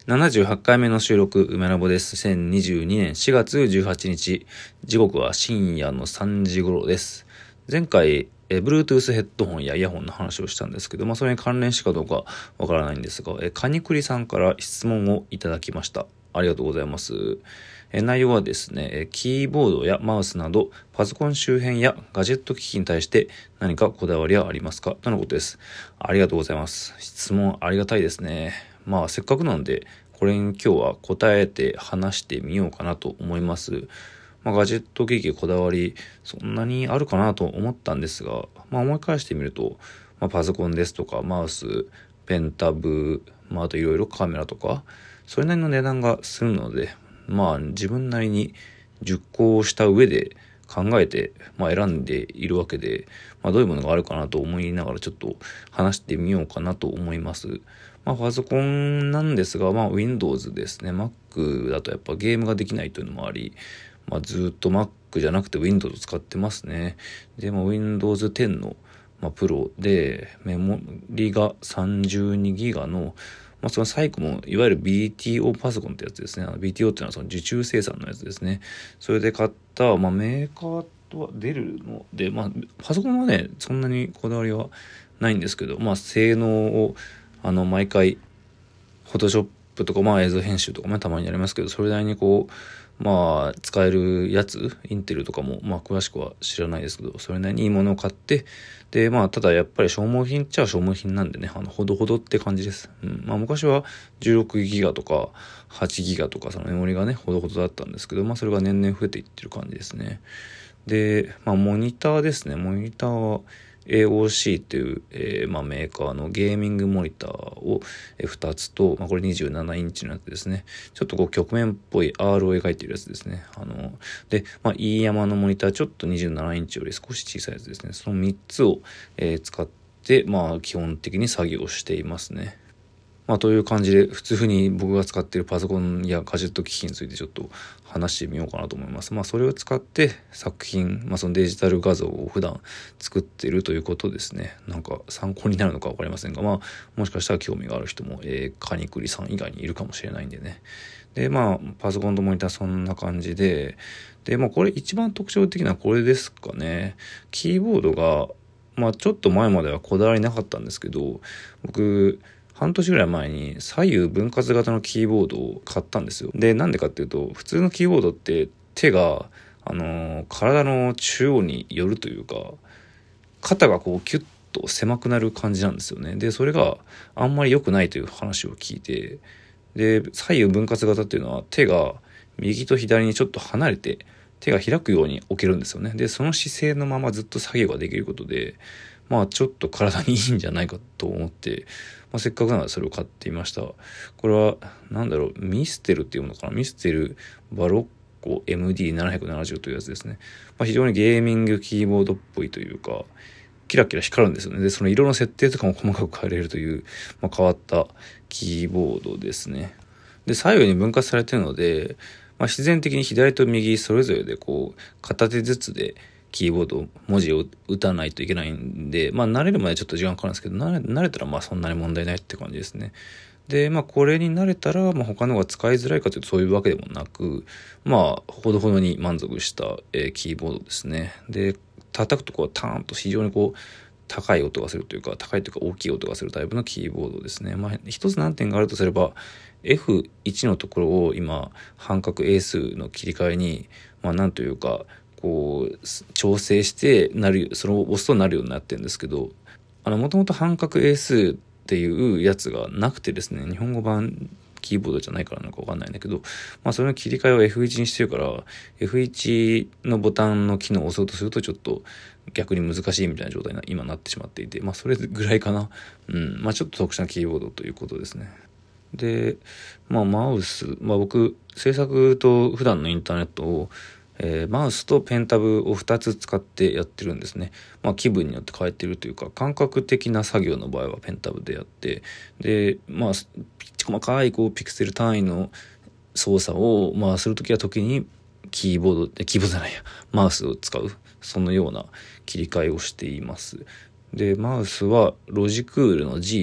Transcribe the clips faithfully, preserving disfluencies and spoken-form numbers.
ななじゅうはちかいめの収録、梅ラボです。にせんにじゅうにねんしがつじゅうはちにち、時刻は深夜のさんじ頃です。前回、え Bluetooth ヘッドホンやイヤホンの話をしたんですけど、まあそれに関連しかどうかわからないんですが、えカニクリさんから質問をいただきました。ありがとうございます。え内容はですね、キーボードやマウスなどパソコン周辺やガジェット機器に対して何かこだわりはありますかとのことです。ありがとうございます。質問ありがたいですね。まあせっかくなんでこれに今日は答えて話してみようかなと思います。まあ、ガジェット機器こだわりそんなにあるかなと思ったんですが、まあ、思い返してみると、まあ、パソコンですとかマウス、ペンタブ、まあ、あといろいろカメラとかそれなりの値段がするので、まあ自分なりに熟考した上で考えて、まあ、選んでいるわけで、まあ、どういうものがあるかなと思いながらちょっと話してみようかなと思います。まあ、パソコンなんですが、まあ、Windows ですね。Mac だとやっぱゲームができないというのもあり、まあ、ずっと Mac じゃなくて Windows 使ってますね。で、まあ、Windows テンの、まあ、プロでメモリが さんじゅうにギガ のまあ、そのサイクもいわゆる ビーティーオー パソコンってやつですね。ビーティーオー っていうのはその受注生産のやつですね。それで買った、まあ、メーカーとは出るので、まあ、パソコンはねそんなにこだわりはないんですけど、まあ、性能をあの毎回フォトショップとか、まあ、映像編集とかもたまにやりますけど、それなりにこうまあ使えるやつインテルとかもまあ詳しくは知らないですけど、それなりにいいものを買って、でまあただやっぱり消耗品っちゃ消耗品なんでね、あのほどほどって感じです。うん、まあ昔はじゅうろくギガとかはちギガとかそのメモリがねほどほどだったんですけど、まあそれが年々増えていってる感じですね。でまあモニターですね。モニターはエーオーシー っていう、えーまあ、メーカーのゲーミングモニターをふたつと、まあ、これにじゅうななインチのやつですね。ちょっとこう曲面っぽい アール を描いているやつですね。あので、まあ、E 山のモニターちょっとにじゅうななインチより少し小さいやつですね。そのみっつを、えー、使って、まあ、基本的に作業していますね。まあ、という感じで普通に僕が使っているパソコンやガジェット機器についてちょっと話してみようかなと思います。まあそれを使って作品、まあそのデジタル画像を普段作っているということですね。なんか参考になるのか分かりませんが、まあもしかしたら興味がある人も、えー、カニクリさん以外にいるかもしれないんでね。でまあパソコンとモニターそんな感じで、でまあこれ一番特徴的なこれですかね。キーボードがまあちょっと前まではこだわりなかったんですけど、僕半年ぐらい前に左右分割型のキーボードを買ったんですよ。で、なんでかっていうと、普通のキーボードって手が、あのー、体の中央に寄るというか、肩がこうキュッと狭くなる感じなんですよね。で、それがあんまり良くないという話を聞いて、で、左右分割型っていうのは手が右と左にちょっと離れて、手が開くように置けるんですよね。で、その姿勢のままずっと作業ができることで、まあちょっと体にいいんじゃないかと思って、まあ、せっかくならそれを買っていました。これはなんだろう、ミステルっていうものかな。ミステルバロッコ エムディーななひゃくななじゅう というやつですね。まあ、非常にゲーミングキーボードっぽいというか、キラキラ光るんですよね。で、その色の設定とかも細かく変えれるという、まあ、変わったキーボードですね。で、左右に分割されているので、まあ、自然的に左と右それぞれでこう片手ずつでキーボード文字を打たないといけないんで、まあ慣れるまでちょっと時間かかるんですけど、慣れ慣れたらまあそんなに問題ないって感じですね。で、まあこれに慣れたら、まあ他のが使いづらいかというとそういうわけでもなく、まあほどほどに満足した、えー、キーボードですね。で、叩くとこうターンと非常にこう高い音がするというか、高いというか大きい音がするタイプのキーボードですね。まあ一つ難点があるとすれば、エフワン のところを今半角英数の切り替えに、まあなんというか、こう調整してなる、それを押すとなるようになってるんですけど、あのもともと半角英数っていうやつがなくてですね、日本語版キーボードじゃないからなのか分かんないんだけど、まあそれの切り替えを エフワン にしてるから エフワン のボタンの機能を押そうとするとちょっと逆に難しいみたいな状態に今なってしまっていて、まあそれぐらいかな。うん、まあちょっと特殊なキーボードということですね。で、まあマウス、まあ僕制作と普段のインターネットをえー、マウスとペンタブをふたつ使ってやってるんですね。まあ気分によって変えてるというか、感覚的な作業の場合はペンタブでやって、で、まあピッチ細かいこうピクセル単位の操作をまあするときは時にキーボードでキーボードじゃないやマウスを使う、そのような切り替えをしています。でマウスはロジクールの G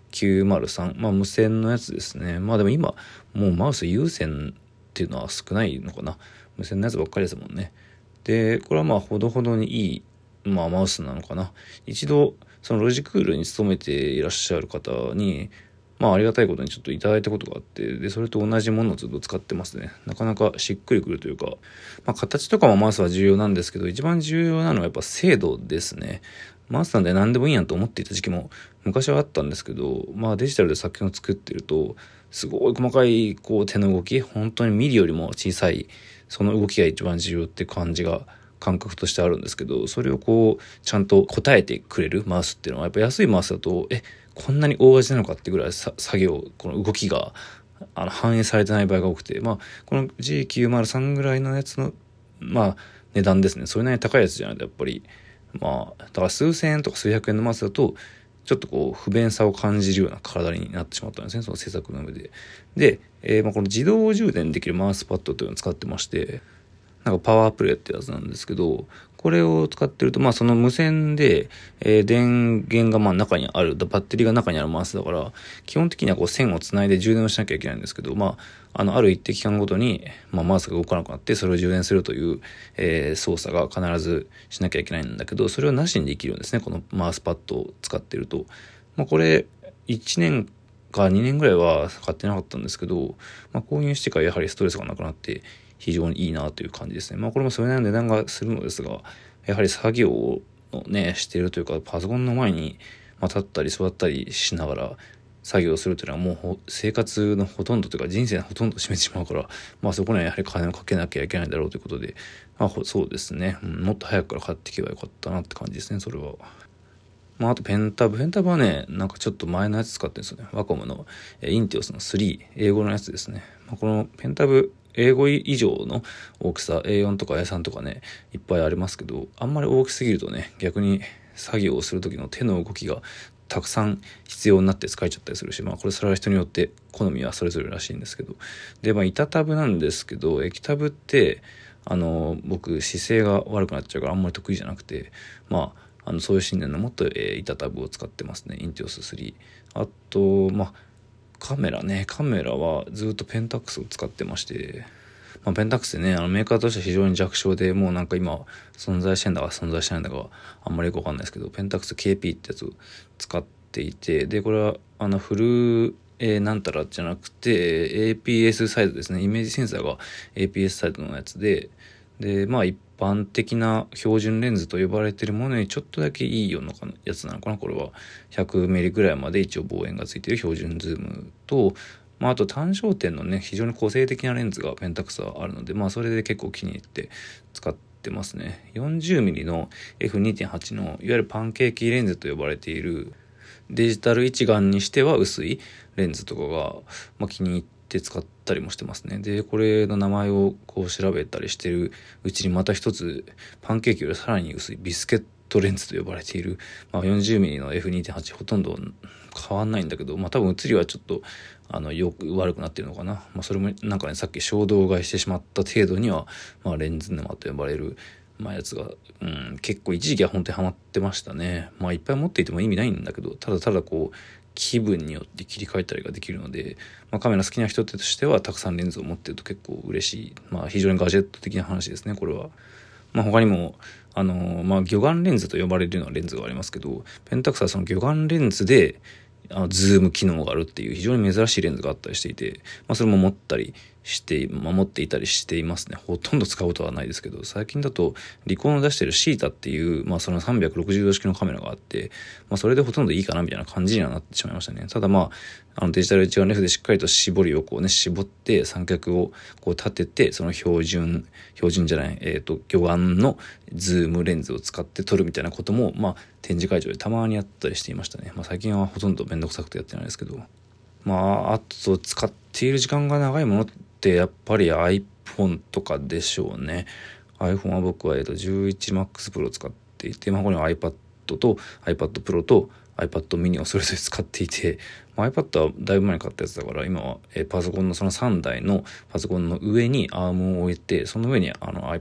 きゅうまるさん、まあ無線のやつですね。まあでも今もうマウス有線っていうのは少ないのかな。無線のやつばっかりですもんね。でこれはまあほどほどにいい、まあ、マウスなのかな。一度そのロジクールに勤めていらっしゃる方にまあありがたいことにちょっといただいたことがあって、でそれと同じものをずっと使ってますね。なかなかしっくりくるというか、まあ形とかもマウスは重要なんですけど、一番重要なのはやっぱ精度ですね。マウスなんで何でもいいやんと思っていた時期も昔はあったんですけど、まあデジタルで作品を作ってるとすごい細かいこう手の動き、本当にミリよりも小さいその動きが一番重要って感じが感覚としてあるんですけど、それをこうちゃんと答えてくれるマウスっていうのはやっぱ安いマウスだとえこんなに大味なのかってぐらいさ作業この動きがあの反映されてない場合が多くて、まあこの ジーきゅうまるさん ぐらいのやつのまあ値段ですね。それなりに高いやつじゃないとやっぱりまあだから数千円とか数百円のマウスだとちょっとこう不便さを感じるような体になってしまったんですね、その制作の上で。で、えー、まあこの自動充電できるマウスパッドというのを使ってまして、なんかパワープレイってやつなんですけど、これを使ってるとまあその無線で、えー、電源がまあ中にあるバッテリーが中にあるマウスだから基本的にはこう線をつないで充電をしなきゃいけないんですけど、まああのある一定期間ごとに、まあ、マウスが動かなくなってそれを充電するという、えー、操作が必ずしなきゃいけないんだけど、それをなしにできるんですね、このマウスパッドを使ってると。まあこれいちねんかにねんぐらいは買ってなかったんですけど、まあ、購入してからやはりストレスがなくなって非常にいいなという感じですね。まあこれもそれなりの値段がするのですが、やはり作業をねしているというか、パソコンの前に立ったり座ったりしながら作業するというのはもう生活のほとんどというか人生のほとんどを占めてしまうから、まあそこにはやはり金をかけなきゃいけないだろうということで、まあそうですね、うん、もっと早くから買っていけばよかったなって感じですね、それは。まあ、あとペンタブ。ペンタブはね、なんかちょっと前のやつ使ってるんですよね。ワコムのインティオスのスリー、英語のやつですね。まあ、このペンタブ、英語以上の大きさ、エーよん とか エースリー とかね、いっぱいありますけど、あんまり大きすぎるとね、逆に作業をする時の手の動きがたくさん必要になって使えちゃったりするし、まあこれそれは人によって好みはそれぞれらしいんですけど。で、まあ板タブなんですけど、液タブって、あの、僕姿勢が悪くなっちゃうからあんまり得意じゃなくて、まあ、あのそういう信念のもと、えー、板タブを使ってますね、インティオススリー。あとまあカメラねカメラはずっとペンタックスを使ってまして、まあ、ペンタックスねあのメーカーとしては非常に弱小で、もうなんか今存在してんだか存在してないんだかあんまりよくわかんないですけど、ペンタックス ケーピー ってやつを使っていて、でこれはあのフルえー、なんたらじゃなくて エーピーエス サイズですね。イメージセンサーが エーピーエス サイズのやつで、でまあ一般的な標準レンズと呼ばれているものにちょっとだけいいようなやつなのかな。これは ひゃくミリ ぐらいまで一応望遠がついている標準ズームと、まあ、あと単焦点のね非常に個性的なレンズがペンタックスはあるので、まあそれで結構気に入って使ってますね。 よんじゅうミリ の エフにてんはち のいわゆるパンケーキレンズと呼ばれているデジタル一眼にしては薄いレンズとかが、まあ、気に入って使ったりもしてますね。でこれの名前をこう調べたりしてるうちにまた一つパンケーキよりさらに薄いビスケットレンズと呼ばれている、まあ、よんじゅうミリ の エフにてんはち ほとんど変わんないんだけど、まあ多分写りはちょっとあのよく悪くなってるのかな。まあそれもなんかね、さっき衝動買いしてしまった程度には、まあ、レンズ沼と呼ばれるまあやつが、うん、結構一時期は本当にハマってましたね。まあいっぱい持っていても意味ないんだけど、ただただこう気分によって切り替えたりができるので、まあ、カメラ好きな人としてはたくさんレンズを持ってると結構嬉しい、まあ非常にガジェット的な話ですね、これは。まあ他にもあのー、まあ魚眼レンズと呼ばれるようなレンズがありますけど、ペンタックスはその魚眼レンズであのズーム機能があるっていう非常に珍しいレンズがあったりしていて、まあそれも持ったりして守っていたりしていますね。ほとんど使うことはないですけど、最近だとリコーの出してるシータっていう、まあそのさんびゃくろくじゅうど式のカメラがあって、まあそれでほとんどいいかなみたいな感じにはなってしまいましたね。ただまあ、あのデジタル一眼レフでしっかりと絞りをこうね、絞って三脚をこう立てて、その標準、標準じゃない、えっと、魚眼のズームレンズを使って撮るみたいなことも、まあ展示会場でたまにやったりしていましたね。まあ最近はほとんどめんどくさくてやってないですけど。まあ、あと使っている時間が長いものってやっぱり iPhone とかでしょうね。iPhone は僕は、えっと、じゅういちマックス Pro を使っていて、まあ、ここには iPad と iPad Pro と iPad mini をそれぞれ使っていて、まあ、iPad はだいぶ前に買ったやつだから、今は、えー、パソコンのそのさんだいのパソコンの上にアームを置いて、その上にあの iPad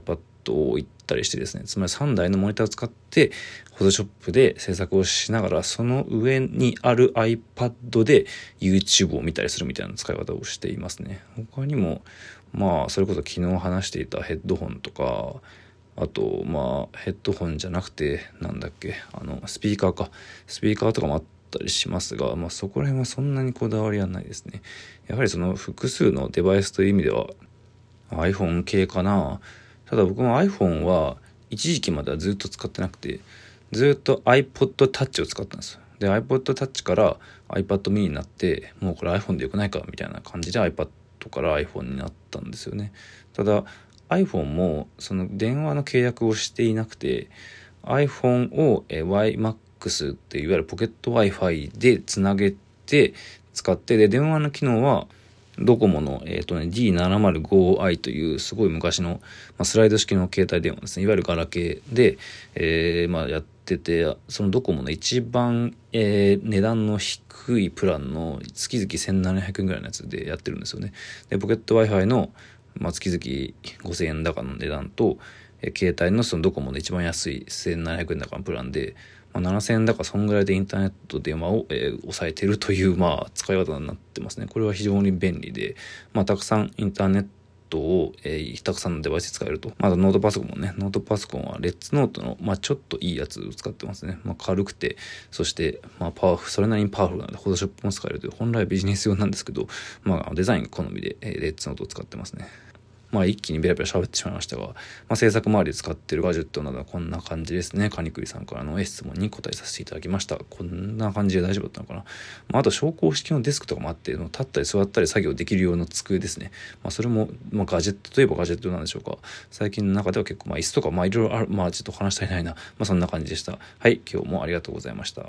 トを行ったりしてですね、つまりさんだいのモニターを使って Photoshop で制作をしながら、その上にある iPad で YouTube を見たりするみたいな使い方をしていますね。他にもまあそれこそ昨日話していたヘッドホンとか、あとまあヘッドホンじゃなくてなんだっけあのスピーカーかスピーカーとかもあったりしますが、まあそこら辺はそんなにこだわりはないですね。やはりその複数のデバイスという意味では iPhone 系かな。ただ僕も iPhone は一時期まではずっと使ってなくて、ずっと iPod Touch を使ったんですよ。で iPod Touch から iPad mini になって、もうこれ iPhone でよくないかみたいな感じで iPad から iPhone になったんですよね。ただ iPhone もその電話の契約をしていなくて、 iPhone を WiMAX っていわゆるポケット Wi-Fi でつなげて使って、で電話の機能はドコモの、えーとね、ディーななまるごアイ というすごい昔の、まあ、スライド式の携帯電話ですね。いわゆるガラケーで、えーまあ、やってて、そのドコモの一番、えー、値段の低いプランの月々せんななひゃくえんぐらいのやつでやってるんですよね。でポケット Wi-Fi の、まあ、月々ごせんえん高の値段と、えー、携帯のそのドコモの一番安いせんななひゃくえん高のプランで、まあ、ななせんえんだかそんぐらいでインターネット電話を、えー、抑えてるという、まあ、使い方になってますね。これは非常に便利で、まあ、たくさんインターネットを、えー、たくさんのデバイスで使えると。まだノートパソコンもね、ノートパソコンはレッツノートの、まあ、ちょっといいやつを使ってますね。まあ、軽くて、そして、まあ、パワフそれなりにパワフルなので、フォトショップも使えるという、本来はビジネス用なんですけど、まあ、デザイン好みで、えー、レッツノートを使ってますね。まあ一気にベラベラ喋ってしまいましたが、まあ、制作周りで使っているガジェットなどはこんな感じですね。カニクリさんからの質問に答えさせていただきました。こんな感じで大丈夫だったのかな。まあ、あと昇降式のデスクとかもあって、立ったり座ったり作業できる用の机ですね。まあ、それも、まあ、ガジェットといえばガジェットなんでしょうか。最近の中では結構、まあ、椅子とか、まあ、いろいろある、まあ、ちょっと話したりないな。まあ、そんな感じでした。はい、今日もありがとうございました。